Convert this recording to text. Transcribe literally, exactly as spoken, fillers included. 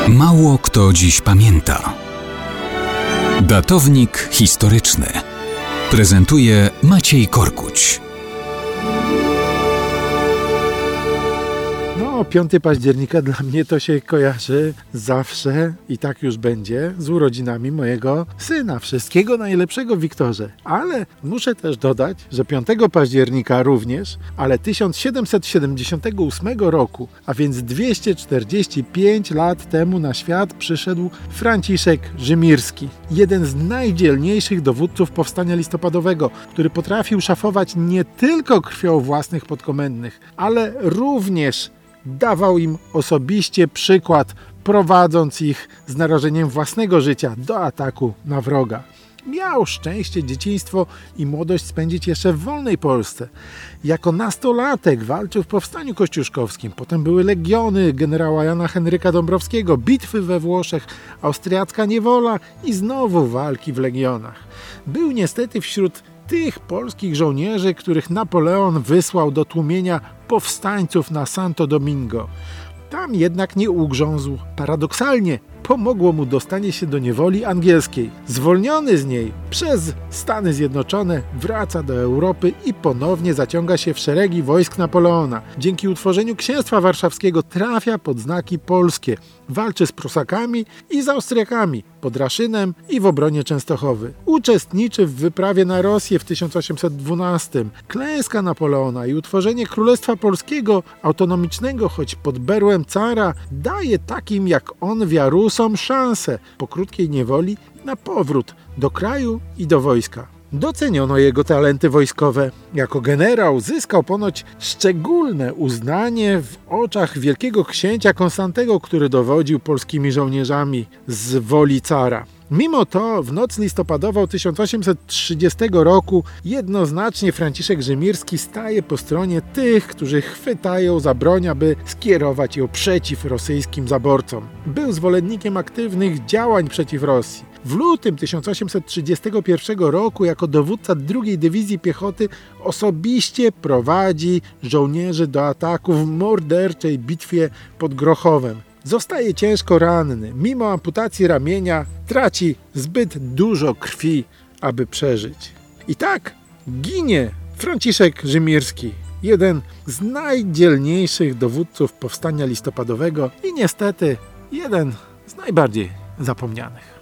Mało kto dziś pamięta. Datownik historyczny prezentuje Maciej Korkuć. No, piątego października dla mnie to się kojarzy zawsze i tak już będzie z urodzinami mojego syna. Wszystkiego najlepszego, Wiktorze. Ale muszę też dodać, że piątego października również, ale tysiąc siedemset siedemdziesiątego ósmego roku, a więc dwieście czterdzieści pięć lat temu na świat przyszedł Franciszek Rzymirski. Jeden z najdzielniejszych dowódców powstania listopadowego, który potrafił szafować nie tylko krwią własnych podkomendnych, ale również dawał im osobiście przykład, prowadząc ich z narażeniem własnego życia do ataku na wroga. Miał szczęście dzieciństwo i młodość spędzić jeszcze w wolnej Polsce. Jako nastolatek walczył w powstaniu kościuszkowskim, potem były legiony generała Jana Henryka Dąbrowskiego, bitwy we Włoszech, austriacka niewola i znowu walki w legionach. Był niestety wśród tych polskich żołnierzy, których Napoleon wysłał do tłumienia powstańców na Santo Domingo. Tam jednak nie ugrzązł. Paradoksalnie pomogło mu dostanie się do niewoli angielskiej. Zwolniony z niej przez Stany Zjednoczone wraca do Europy i ponownie zaciąga się w szeregi wojsk Napoleona. Dzięki utworzeniu Księstwa Warszawskiego trafia pod znaki polskie. Walczy z Prusakami i z Austriakami pod Raszynem i w obronie Częstochowy. Uczestniczy w wyprawie na Rosję w tysiąc osiemset dwunastym. Klęska Napoleona i utworzenie Królestwa Polskiego, autonomicznego, choć pod berłem cara, daje takim jak on wiarusom szansę po krótkiej niewoli na powrót do kraju i do wojska. Doceniono jego talenty wojskowe. Jako generał zyskał ponoć szczególne uznanie w oczach wielkiego księcia Konstantego, który dowodził polskimi żołnierzami z woli cara. Mimo to w noc listopadową tysiąc osiemset trzydziestego roku jednoznacznie Franciszek Rzymirski staje po stronie tych, którzy chwytają za broń, aby skierować ją przeciw rosyjskim zaborcom. Był zwolennikiem aktywnych działań przeciw Rosji. W lutym tysiąc osiemset trzydziestego pierwszego roku jako dowódca drugiej Dywizji Piechoty osobiście prowadzi żołnierzy do ataku w morderczej bitwie pod Grochowem. Zostaje ciężko ranny. Mimo amputacji ramienia traci zbyt dużo krwi, aby przeżyć. I tak ginie Franciszek Rzymirski, jeden z najdzielniejszych dowódców powstania listopadowego i niestety jeden z najbardziej zapomnianych.